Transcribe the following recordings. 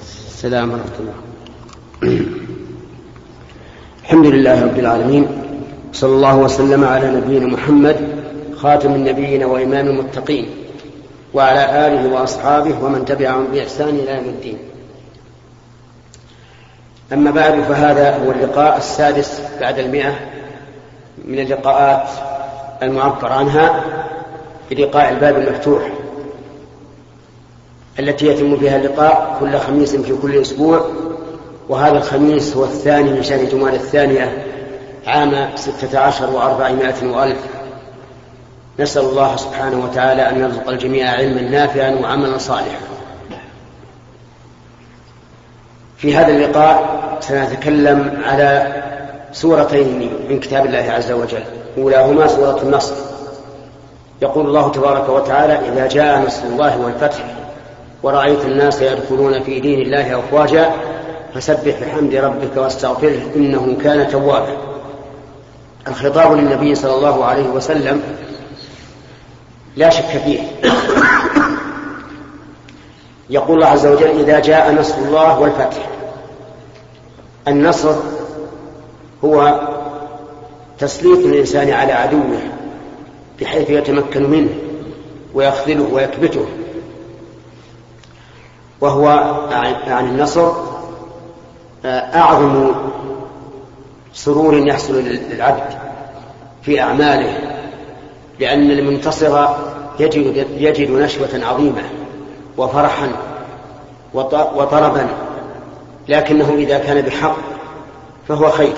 السلام ورحمة الله. الحمد لله رب العالمين، صلى الله وسلم على نبينا محمد خاتم النبيين وإمام المتقين، وعلى آله وأصحابه ومن تبعهم بإحسان إلى يوم الدين. أما بعد، فهذا هو اللقاء السادس بعد 100 من اللقاءات المعبر عنها بلقاء الباب المفتوح، التي يتم فيها اللقاء كل خميس في كل أسبوع، وهذا الخميس هو 2 من شهر جمادى الثانية عام 16 و400 وألف. نسأل الله سبحانه وتعالى أن يرزق الجميع علما نافعا وعملا صالحا. في هذا اللقاء سنتكلم على سورتين من كتاب الله عز وجل، أولاهما سورة النصر. يقول الله تبارك وتعالى: إذا جاء نصر الله والفتح ورأيت الناس يدخلون في دين الله أفواجا فسبح بحمد ربك واستغفره إنه كان توابا. الخطاب للنبي صلى الله عليه وسلم لا شك فيه. يقول الله عز وجل: إذا جاء نصر الله والفتح. النصر هو تسليط الإنسان على عدوه بحيث يتمكن منه ويخذله ويكبته، وهو عن النصر أعظم سرور يحصل للعبد في أعماله، لأن المنتصر يجد نشوة عظيمة وفرحا وطربا، لكنه إذا كان بحق فهو خير.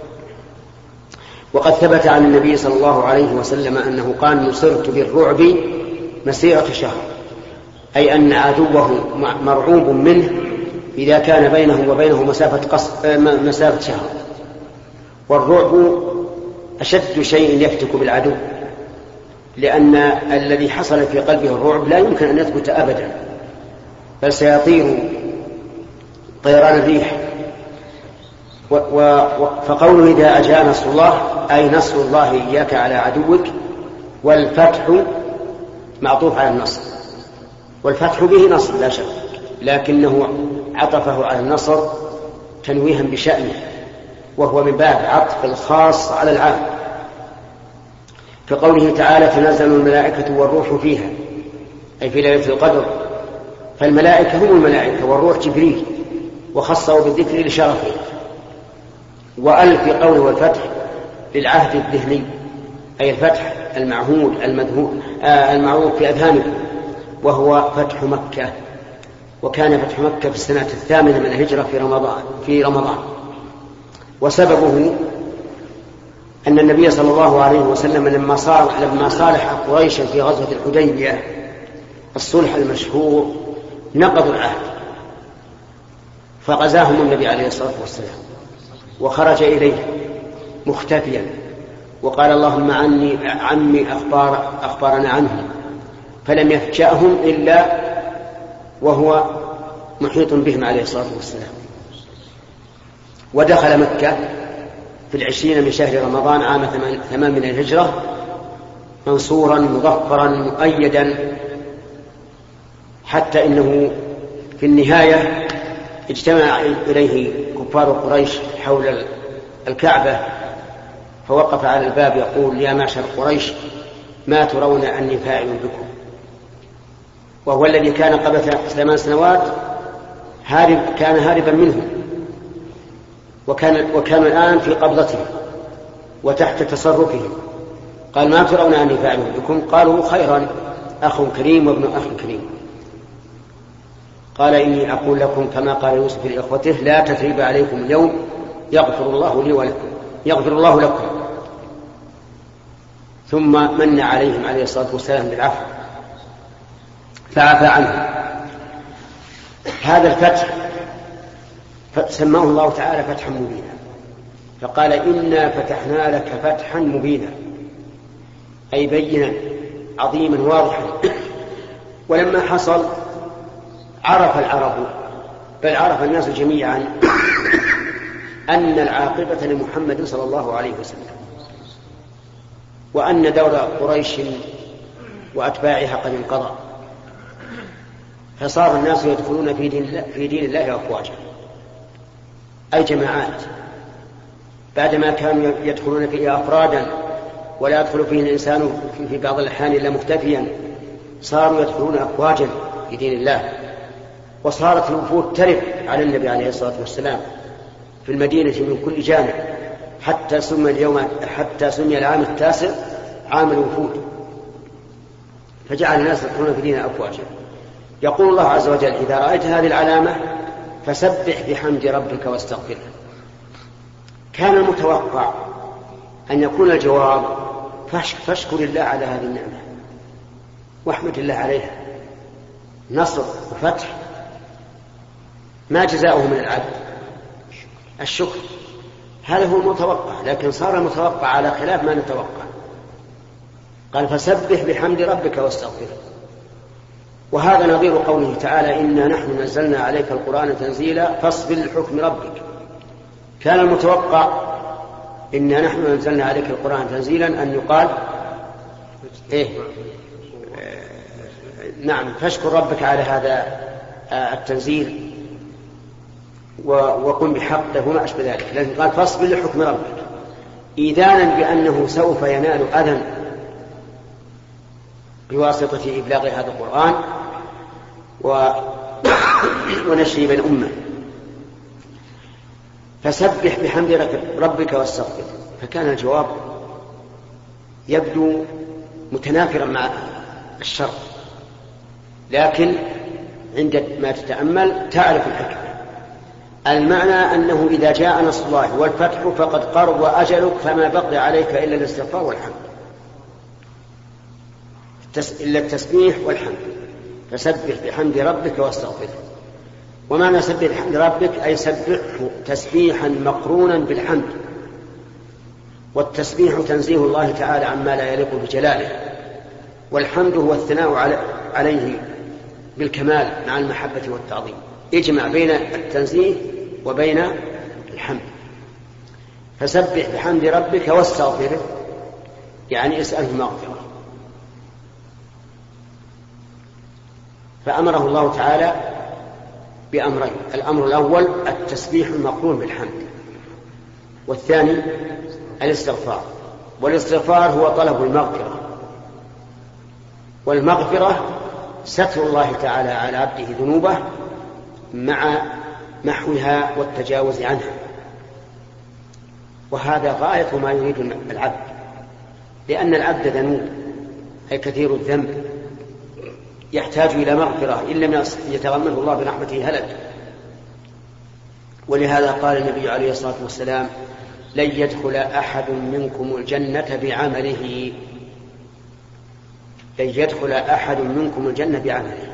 وقد ثبت عن النبي صلى الله عليه وسلم أنه قال: نصرت بالرعب مسيرة شهر، أي أن عدوه مرعوب منه إذا كان بينه وبينه مسافة شهر. والرعب أشد شيء يفتك بالعدو، لأن الذي حصل في قلبه الرعب لا يمكن أن يثبت أبدا، بل سيطير طيران الريح. فقوله إذا جاء نصر الله أي نصر الله إياك على عدوك، والفتح معطوف على النصر، والفتح به نصر لا شك، لكنه عطفه على النصر تنويها بشأنه، وهو من باب عطف الخاص على العام. كقوله تعالى: تنزل الملائكة والروح فيها، أي في ليلة القدر. فالملائكة هم الملائكة والروح جبريل، وخصوا بالذكر لشرفه. وألف في قوله والفتح للعهد الذهني، أي الفتح المعهود المعروف في أذهانكم، وهو فتح مكة. وكان فتح مكة في السنة 8 من الهجرة في رمضان. وسببه أن النبي صلى الله عليه وسلم لما صالح قريشا في غزوة الحديبية الصلح المشهور نقضوا العهد، فغزاهم النبي عليه الصلاة والسلام وخرج إليه مختفيا، وقال: اللهم عمي أخبارنا عنهم، فلم يفجأهم إلا وهو محيط بهم عليه الصلاة والسلام. ودخل مكة في 20 من شهر رمضان عام 8 من الهجرة منصورا مظفرا مؤيدا، حتى إنه في النهاية اجتمع إليه كفار قريش حول الكعبة، فوقف على الباب يقول: يا معشر قريش، ما ترون أني فاعل بكم؟ وهو الذي كان قبل 8 سنوات كان هاربا منهم، وكان الآن في قبضتهم وتحت تصرفهم. قال: ما ترون أني فاعل بكم؟ قالوا: خيرا، أخ كريم وابن أخ كريم. قال: إني أقول لكم كما قال يوسف لإخوته: لا تثريب عليكم اليوم، يغفر الله لي ولكم، يغفر الله لكم. ثم من عليهم عليه الصلاة والسلام بالعفو فعفى عنهم. هذا الفتح سماه الله تعالى فتحا مبينا، فقال: إنا فتحنا لك فتحا مبينا، أي بينا عظيما واضحا. ولما حصل عرف العرب، بل عرف الناس جميعا أن العاقبة لمحمد صلى الله عليه وسلم، وأن دور قريش وأتباعها قد انقضى. فصار الناس يدخلون في دين الله أفواجا، أي جماعات، بعدما كانوا يدخلون فيه أفرادا ولا يدخل فيه الإنسان في بعض الأحيان إلا مختفيا، صاروا يدخلون أفواجا في دين الله. وصارت الوفود ترد على النبي عليه الصلاة والسلام في المدينة من كل جانب، حتى سمي العام 9 عام الوفود، فجعل الناس يدخلون في دين أفواجا. يقول الله عز وجل: إذا رأيت هذه العلامة فسبح بحمد ربك واستغفره. كان المتوقع أن يكون الجواب: فاشكر الله على هذه النعمة واحمد الله عليها، نصر وفتح. ما جزاؤه من العبد؟ الشكر. هذا هو المتوقع، لكن صار المتوقع على خلاف ما نتوقع. قال: فسبح بحمد ربك واستغفره. وهذا نظير قوله تعالى: إنا نحن نزلنا عليك القرآن تنزيلا فاصبر لحكم ربك. كان المتوقع إنا نحن نزلنا عليك القرآن تنزيلا أن يقال نعم، فاشكر ربك على هذا التنزيل وقم بحقه وما أشبه ذلك، لكن قال: فاصبر لحكم ربك، إيذانا بأنه سوف ينال أذى بواسطة إبلاغ هذا القرآن ونشره بين الأمة. فسبح بحمد ربك واستغفر. فكان الجواب يبدو متنافرا مع الشر، لكن عندما تتأمل تعرف الحكمة. المعنى أنه إذا جاء نصر الله والفتح فقد قرب أجلك، فما بقي عليك إلا الاستغفار والحمد، إلا التسبيح والحمد. فسبح بحمد ربك واستغفره. ومعنى سبح بحمد ربك أي سبحه تسبيحا مقرونا بالحمد. والتسبيح تنزيه الله تعالى عما لا يليق بجلاله، والحمد هو الثناء عليه بالكمال مع المحبة والتعظيم. اجمع بين التنزيه وبين الحمد. فسبح بحمد ربك واستغفره، يعني اسأله مغفرة. فأمره الله تعالى بأمرين: الأمر الأول التسبيح المقرون بالحمد، والثاني الاستغفار. والاستغفار هو طلب المغفرة، والمغفرة ستر الله تعالى على عبده ذنوبه مع محوها والتجاوز عنها. وهذا غاية ما يريد العبد، لأن العبد ذنوب أي كثير الذنب، يحتاج إلى مغفرة، إن لم يتغمده الله برحمته هلك. ولهذا قال النبي عليه الصلاة والسلام: لن يدخل أحد منكم الجنة بعمله. لن يدخل أحد منكم الجنة بعمله.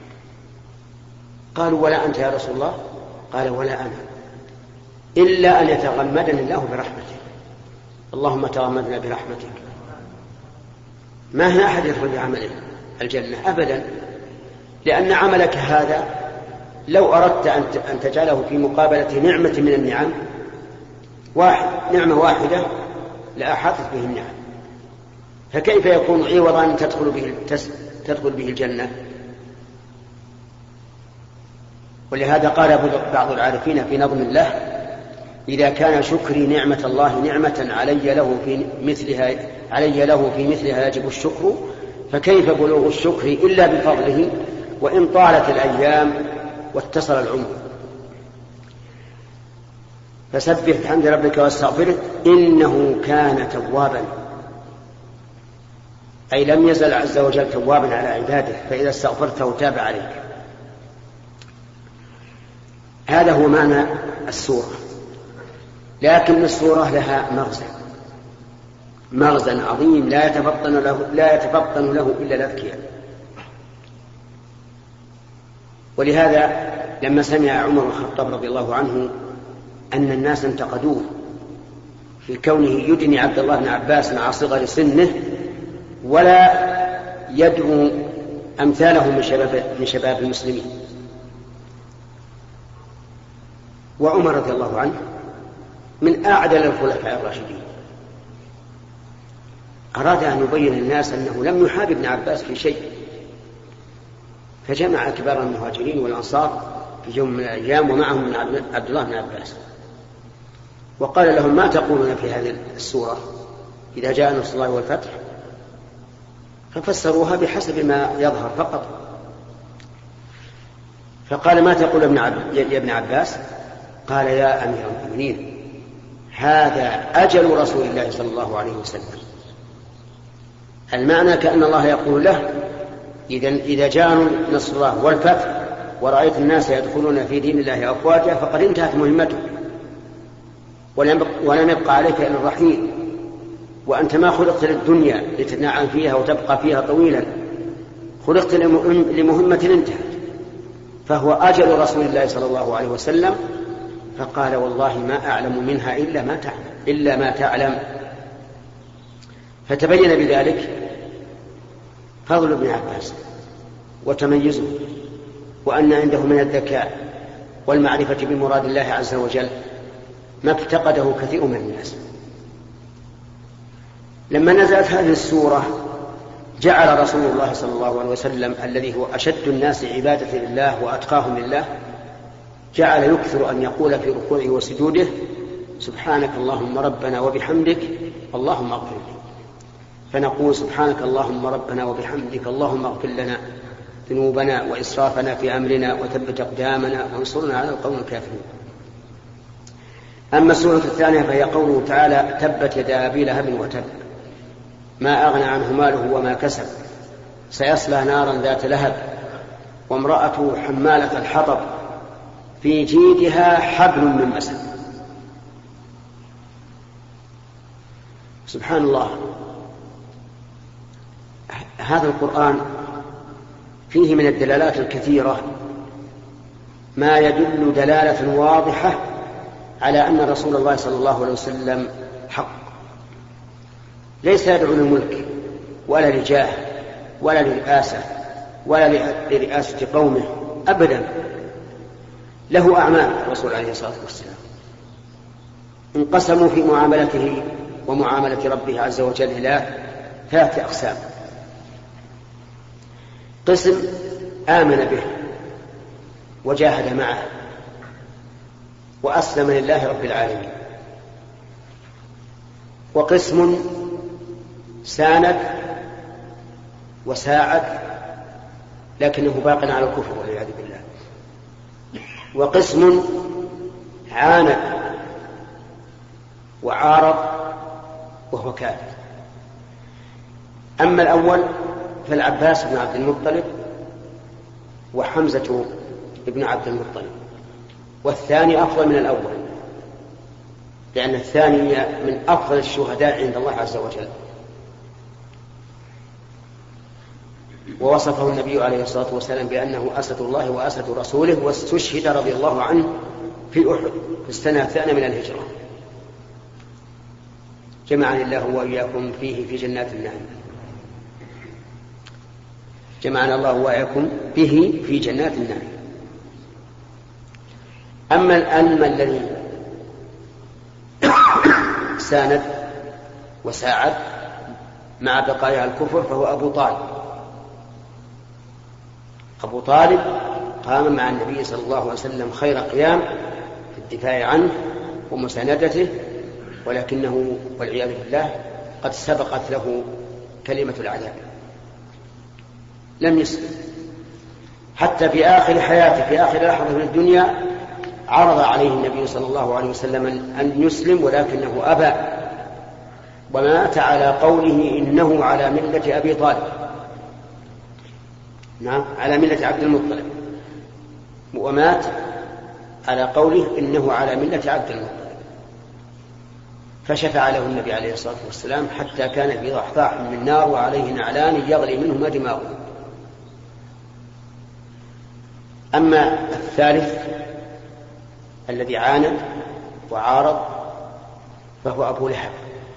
قالوا: ولا أنت يا رسول الله؟ قال: ولا أنا، إلا أن يتغمدني الله برحمته. اللهم تغمدنا برحمتك. ما هنا أحد يدخل بعمله الجنة أبدا، لأن عملك هذا لو أردت أن تجعله في مقابلة نعمة من النعم نعمة واحدة لأحاطت به النعم، فكيف يكون عوضا تدخل به الجنة؟ ولهذا قال بعض العارفين في نظم الله: إذا كان شكري نعمة الله نعمة علي له في مثلها يجب الشكر، فكيف بلوغ الشكر إلا بفضله وإن طالت الأيام واتصل العمر. فسبح بحمد ربك واستغفره إنه كان توابا، أي لم يزل عز وجل توابا على عباده، فإذا استغفرته تاب عليك. هذا هو معنى السورة. لكن السورة لها مغزى عظيم لا يتفطن له إلا الأذكياء. ولهذا لما سمع عمر بن الخطاب رضي الله عنه أن الناس انتقدوه في كونه يدني عبد الله بن عباس مع صغر سنه ولا يدعو أمثاله من شباب المسلمين، وعمر رضي الله عنه من أعدل الخلفاء الراشدين، أراد أن يبين للناس أنه لم يحاب ابن عباس في شيء، فجمع كبار المهاجرين والأنصار في يوم من الأيام ومعهم عبد الله بن عباس، وقال لهم: ما تقولون في هذه السورة إذا جاء نصر الله والفتح؟ ففسروها بحسب ما يظهر فقط. فقال: ما تقول يا ابن عباس؟ قال: يا أمير المؤمنين، هذا أجل رسول الله صلى الله عليه وسلم. المعنى كأن الله يقول له: إذا جاء نصر الله والفتح ورأيت الناس يدخلون في دين الله أفواجا فقد انتهت مهمته، ولم يبقى عليك إلا الرحيل، وأنت ما خلقت للدنيا لتتنعم فيها وتبقى فيها طويلا، خلقت لمهمة انتهت، فهو أجل رسول الله صلى الله عليه وسلم. فقال: والله ما أعلم منها إلا ما تعلم. فتبين بذلك فضل ابن عباس وتميزه، وأن عنده من الذكاء والمعرفة بمراد الله عز وجل ما افتقده كثير من الناس. لما نزلت هذه السورة جعل رسول الله صلى الله عليه وسلم الذي هو أشد الناس عبادة لله وأتقاهم لله جعل يكثر أن يقول في ركوعه وسجوده: سبحانك اللهم ربنا وبحمدك اللهم اغفر لي. فنقول: سبحانك اللهم ربنا وبحمدك اللهم اغفر لنا ذنوبنا وإسرافنا في أمرنا وثبت أقدامنا وانصرنا على القوم الكافرين. أما السورة الثانية فهي قوله تعالى: تبت يدا أبي لهب وتب ما أغنى عنه ماله وما كسب سيصلى نارا ذات لهب وامرأته حمالة الحطب في جيدها حبل من مسد. سبحان الله، هذا القرآن فيه من الدلالات الكثيرة ما يدل دلالة واضحة على أن رسول الله صلى الله عليه وسلم حق، ليس يدعو للملك ولا لجاه ولا لرئاسة ولا لرئاسة قومه أبدا، له أعمال الرسول عليه الصلاة والسلام. انقسموا في معاملته ومعاملة ربه عز وجل إلى 3 أقسام: قسم آمن به وجاهد معه وأسلم لله رب العالمين، وقسم ساند وساعد لكنه باق على الكفر والعياذ بالله، وقسم عاند وعارض وهو كافر. أما الأول فالعباس بن عبد المطلب وحمزة بن عبد المطلب، والثاني أفضل من الأول لأن الثاني من أفضل الشهداء عند الله عز وجل. ووصفه النبي عليه الصلاة والسلام بأنه أسد الله وأسد رسوله، واستشهد رضي الله عنه في أحد في السنة 2 من الهجرة. جمعني الله وإياكم فيه في جنات النعيم. جمعنا الله وإياكم به في جنات النعيم. أما الذي ساند وساعد مع بقايا الكفر فهو أبو طالب. أبو طالب قام مع النبي صلى الله عليه وسلم خير قيام في الدفاع عنه ومساندته، ولكنه والعياذ بالله قد سبقت له كلمة العذاب، لم يسلم حتى في آخر حياته في آخر لحظة من الدنيا عرض عليه النبي صلى الله عليه وسلم أن يسلم ولكنه أبى، ومات على قوله إنه على ملة أبي طالب، نعم على ملة عبد المطلب، ومات على قوله إنه على ملة عبد المطلب. فشفع له النبي عليه الصلاة والسلام حتى كان في ضحضاح من نار وعليه نعلان يغلي منهما دماغه. أما الثالث الذي عاند وعارض فهو أبو لهب،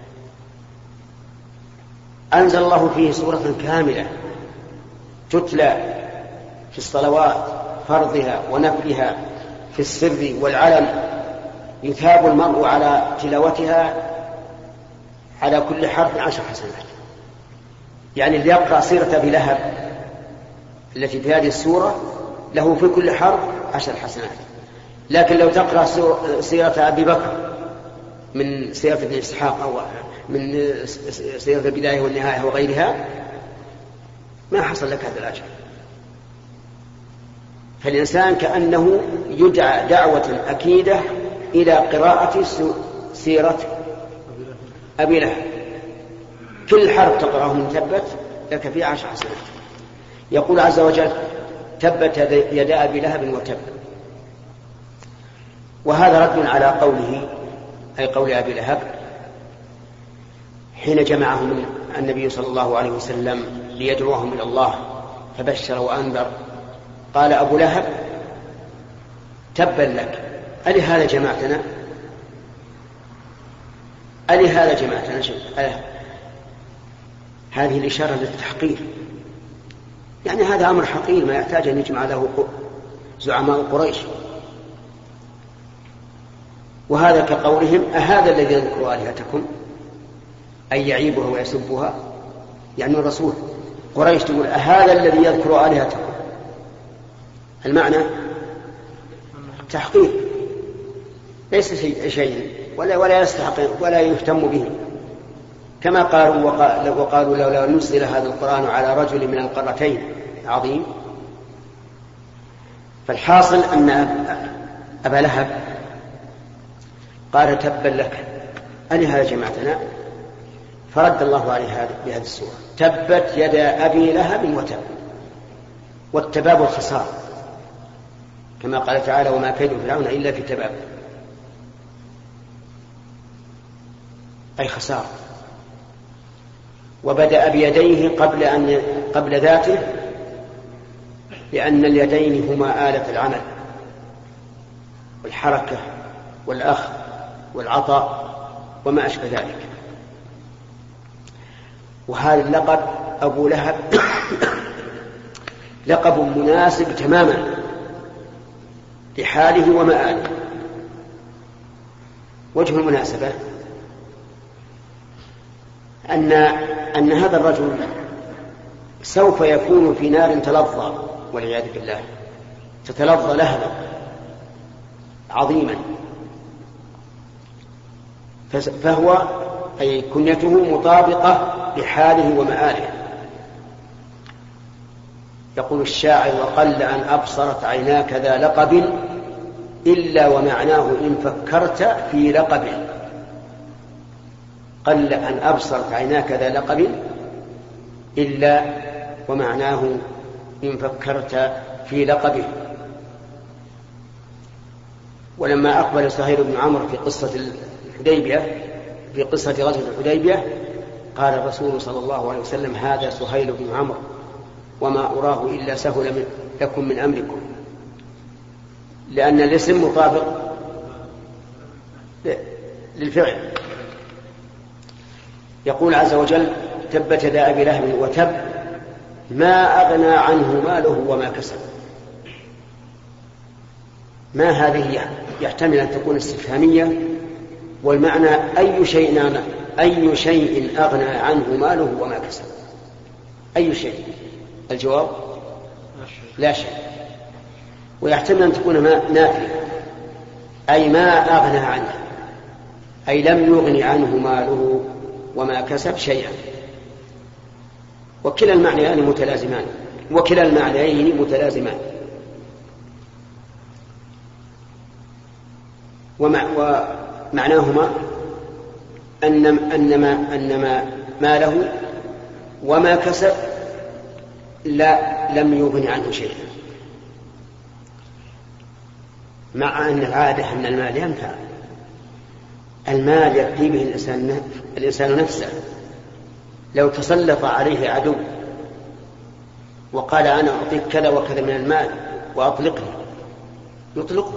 أنزل الله فيه سورة كاملة تتلى في الصلوات فرضها ونفلها في السر والعلن، يثاب المرء على تلاوتها على كل حرف 10 حسنات. يعني اللي يقرأ سيرة أبي لهب التي في هذه السورة له في كل حرف 10 حسنات. لكن لو تقرأ سيرة أبي بكر من سيرة ابن إسحاق أو من سيرة البداية والنهاية وغيرها ما حصل لك هذا الأجر. فالإنسان كأنه يدعى دعوة أكيدة إلى قراءة سيرة أبي لهب، كل حرف تقرأه من تبت لك فيه 10 حسنات. يقول عز وجل تبت يدا أبي لهب وتب، وهذا رد على قوله أي قول أبي لهب حين جمعهم النبي صلى الله عليه وسلم ليدعوهم إلى الله فبشر وأنذر. قال أبو لهب تبا لك ألهذا جمعتنا، ألهذا جمعتنا هذه الإشارة للتحقير، يعني هذا أمر حقير ما يحتاج أن يجمع له زعماء قريش. وهذا كقولهم أهذا الذي يذكر آلهتكم أي يعيبها ويسبها، يعني الرسول. قريش تقول أهذا الذي يذكر آلهتكم، المعنى تحقير، ليس شيء ولا يستحق ولا يهتم به. كما قالوا وقالوا لولا نزل هذا القرآن على رجل من القرتين عظيم. فالحاصل أن أبا لهب قال تبا لك ألهذا جمعتنا، فرد الله عليه بهذه السورة تبت يدا أبي لهب وتب. والتباب الخسار كما قال تعالى وما كيد فرعون إلا في تباب، أي خسار. وبدأ بيديه قبل ذاته، لأن اليدين هما آلة العمل والحركة والأخذ والعطاء وما أشبه ذلك. وهذا اللقب أبو لهب لقب مناسب تماما لحاله ومآله. وجه المناسبة أن هذا الرجل سوف يكون في نار تلظى والعياذ بالله، تتلظى لهبا عظيما، فهو أي كنيته مطابقة لحاله ومآله. يقول الشاعر وقل أن أبصرت عيناك ذا لقب إلا ومعناه إن فكرت في لقب. قل أن أبصرت عيناك ذا لقب إلا ومعناه إن فكرت في لقبه. ولما أقبل سهيل بن عمرو في قصة الحديبية في قصة غزوة الحديبية قال الرسول صلى الله عليه وسلم هذا سهيل بن عمرو وما أراه إلا سهل لكم من أمركم، لأن الاسم مطابق للفعل. يقول عز وجل تبت يدا أبي لهب وتب ما أغنى عنه ماله وما كسب. ما هذه يحتمل أن تكون استفهامية، والمعنى أي شيء أغنى عنه ماله وما كسب. أي شيء؟ الجواب لا شيء. ويحتمل أن تكون نافية أي ما أغنى عنه، أي لم يغني عنه ماله وما كسب شيئا. وكلا المعنيين متلازمان. ومعناهما أن ماله وما كسب لم يغني عنه شيئا، مع أن العادة أن المال ينفع. المال يقضي به الإنسان نفسه. لو تسلط عليه عدو وقال أنا أعطيك كذا وكذا من المال وأطلقني يطلقه،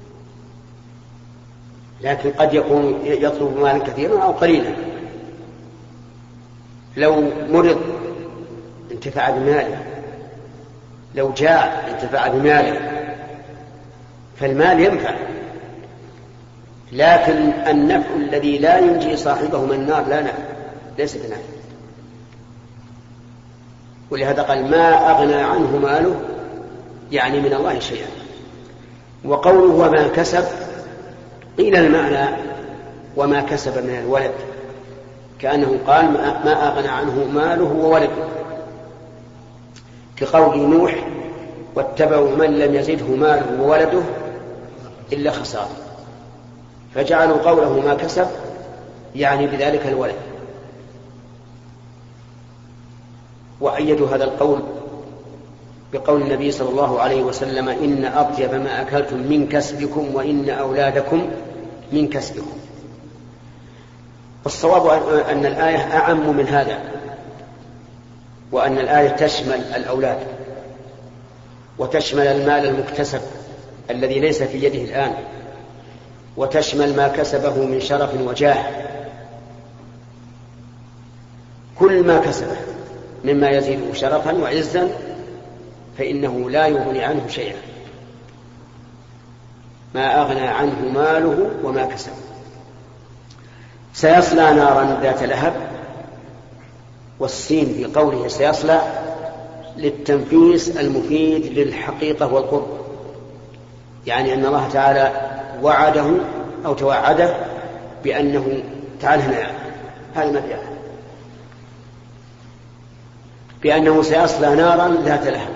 لكن قد يكون يطلب مالا كثيرا أو قليلا. لو مرض انتفع بماله، لو جاع انتفع بماله، فالمال ينفع. لكن النفع الذي لا ينجي صاحبه من النار لا نفع، ليس بنفع. ولهذا قال ما أغنى عنه ماله، يعني من الله شيئا. وقوله وما كسب قيل المعنى وما كسب من الولد، كأنه قال ما أغنى عنه ماله وولده، كقول نوح واتبعوا من لم يزده ماله وولده إلا خسارة، فجعلوا قوله ما كسب يعني بذلك الولد. وأيدوا هذا القول بقول النبي صلى الله عليه وسلم إن أطيب ما أكلتم من كسبكم وإن أولادكم من كسبكم. والصواب أن الآية أعم من هذا، وأن الآية تشمل الأولاد وتشمل المال المكتسب الذي ليس في يده الآن، وتشمل ما كسبه من شرف وجاه. كل ما كسبه مما يزيده شرفا وعزا فإنه لا يغني عنه شيئا. ما أغنى عنه ماله وما كسب. سيصلى نارا ذات لهب، والسين في قوله سيصلى للتنفيس المفيد للحقيقة والقرب، يعني أن الله تعالى وعده أو توعده بأنه تعالى هنا هذا ما فيها، بأنه سيصلى نارا ذات لهب.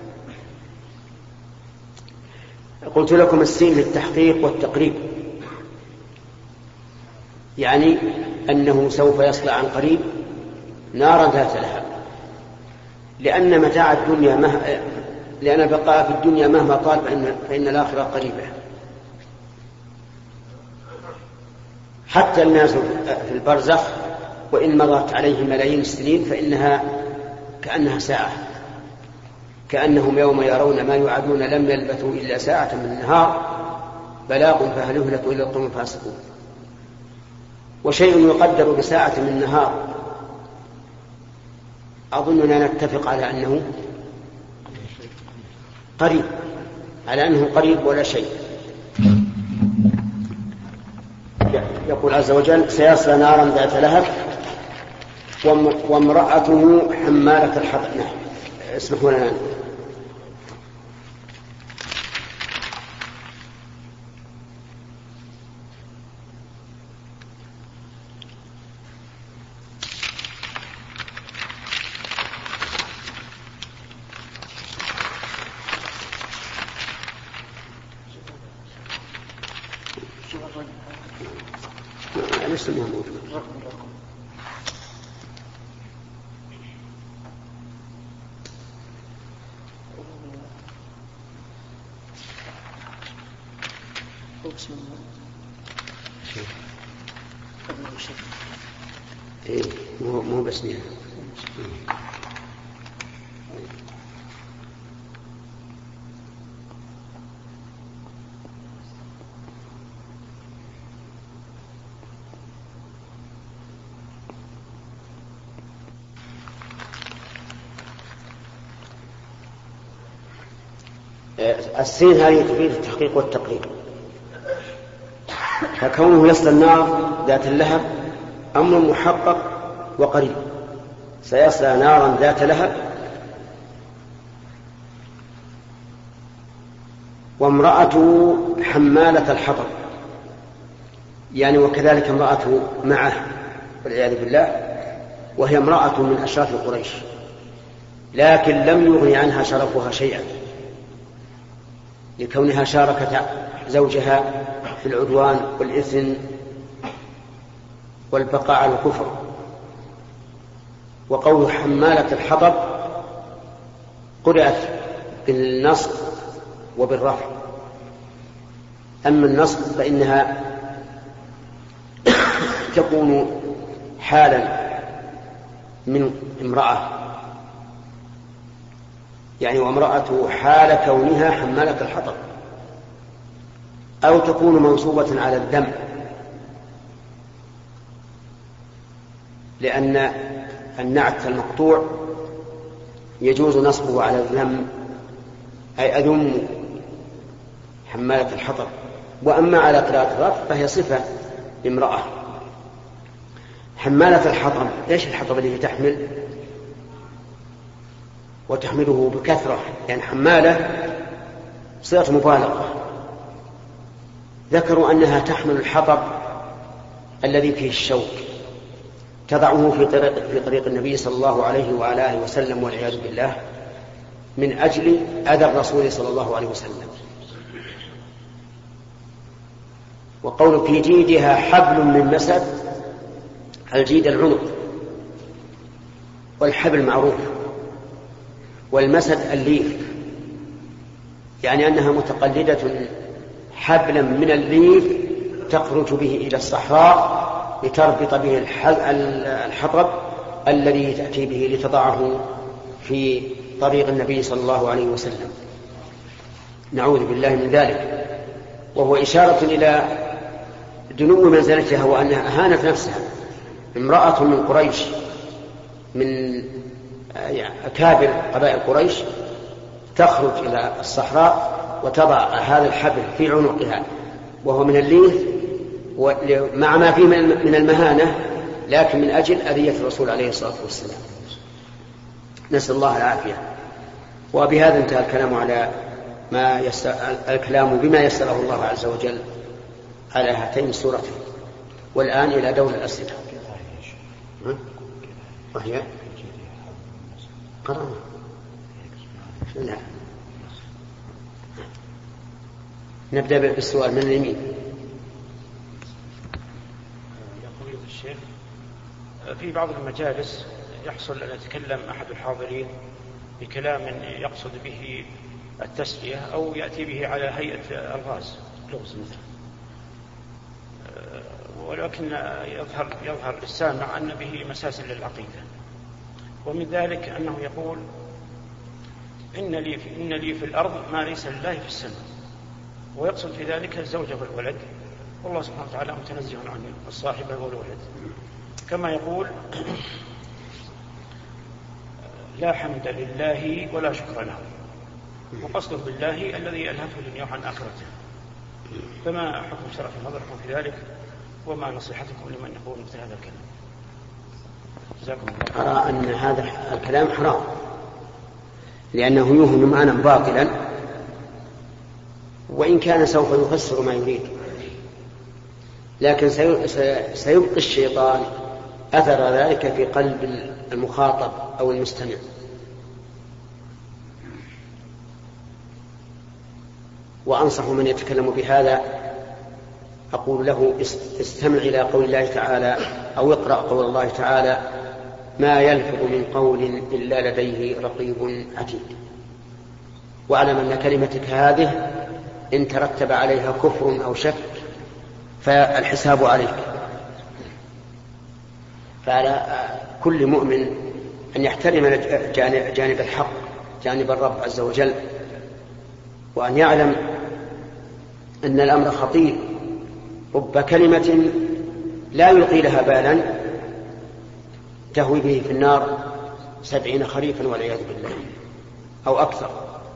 قلت لكم السين للتحقيق والتقريب، يعني أنه سوف يصلى عن قريب نارا ذات لهب، لأن متاع الدنيا لأن البقاء في الدنيا مهما طال فإن الآخرة قريبة. حتى الناس في البرزخ وإن مضت عليه ملايين السنين فإنها كأنها ساعة، كأنهم يوم يرون ما يوعدون لم يلبثوا إلا ساعة من النهار بلاغ فهل يهلك إلا القوم الفاسقون. وشيء يقدر بساعة من النهار أظننا نتفق على أنه قريب، على أنه قريب ولا شيء. يقول عز وجل سيصلى نارا ذات لهب وامرأته حمالة الحطب. اسمحوا لنا ليس موجود. إيه مو بس نعم. السين هذه تفيد التحقيق والتقريب، فكونه يصل النار ذات اللهب أمر محقق وقريب. سيصلى نارا ذات لهب وامرأته حمالة الحطب، يعني وكذلك امرأته معه والعياذ بالله، وهي امرأة من أشراف قريش، لكن لم يغني عنها شرفها شيئا لكونها شاركت زوجها في العدوان والإثم والبقاء على الكفر. وقول حمالة الحطب قرأت بالنصب وبالرفع، أما النصب فإنها تكون حالا من امرأة، يعني وامرأته حال كونها حمالة الحطب، أو تكون منصوبة على الذم، لأن النعت المقطوع يجوز نصبه على الذم، أي أذم حمالة الحطب. وأما على قراءة الرفع فهي صفة لامرأة حمالة الحطب. إيش الحطب الذي تحمل؟ وتحمله بكثرة، يعني حمالة صيغة مبالغة. ذكروا أنها تحمل الحطب الذي فيه الشوك، تضعه في طريق النبي صلى الله عليه وعلى آله وسلم والعياذ بالله من أجل أذى الرسول صلى الله عليه وسلم. وقول في جيدها حبل من مسد، الجيد العنق، والحبل معروف، والمسد الليف، يعني أنها متقلدة حبلا من الليف تخرج به إلى الصحراء لتربط به الحطب الذي تأتي به لتضعه في طريق النبي صلى الله عليه وسلم. نعوذ بالله من ذلك. وهو إشارة إلى دنو منزلتها وأنها أهانت نفسها. امرأة من قريش، من أكابر قبائل قريش، تخرج إلى الصحراء وتضع هذا الحبل في عنقها وهو من الليف، مع ما فيه من المهانة، لكن من أجل أذية الرسول عليه الصلاة والسلام. نسأل الله العافية. وبهذا انتهى الكلام على الكلام بما يسره الله عز وجل على هاتين السورتين. والآن إلى دور الأسئلة. وهي قرأنا. لا. نبدأ بالسؤال من اليمين. يقول الشيخ: في بعض المجالس يحصل أن يتكلم أحد الحاضرين بكلام يقصد به التسلية أو يأتي به على هيئة ألغاز لغز مثلا، ولكن يظهر للسامع أن به مساس للعقيدة. ومن ذلك أنه يقول: إن لي في الأرض ما ليس لله في السماء، ويقصد في ذلك الزوجة والولد، والله سبحانه وتعالى متنزه عن الصاحبة والولد. كما يقول: لا حمد لله ولا شكر له، وقصده بالله الذي ألهته دنياه عن آخرته. فما حكم شرف نظركم في ذلك، وما نصيحتكم لمن يقول مثل هذا الكلام؟ جزاكم الله. أرى أن هذا الكلام حرام، لأنه يوهم معنى باطلا، وإن كان سوف يفسر ما يريد، لكن سيبقي الشيطان أثر ذلك في قلب المخاطب أو المستمع. وأنصح من يتكلم بهذا أقول له: استمع إلى قول الله تعالى، أو اقرأ قول الله تعالى: ما يلفظ من قول إلا لديه رقيب عتيد. واعلم أن كلمتك هذه إن ترتب عليها كفر أو شك فالحساب عليك. فعلى كل مؤمن أن يحترم جانب الحق، جانب الرب عز وجل، وأن يعلم أن الأمر خطير. رب كلمة لا يلقي لها بالا تهوي به في النار 70 خريفا والعياذ بالله أو أكثر.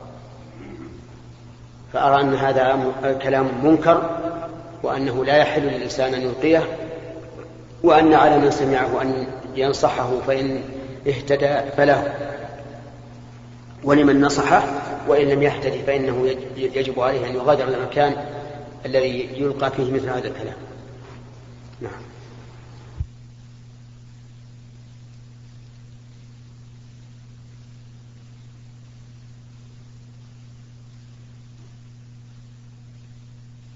فأرى أن هذا كلام منكر، وأنه لا يحل للإنسان أن يلقيه، وأن على من سمعه أن ينصحه فإن اهتدى فله، ولمن نصحه وإن لم يهتدي فإنه يجب عليه أن يغادر المكان الذي يلقى فيه مثل هذا الكلام.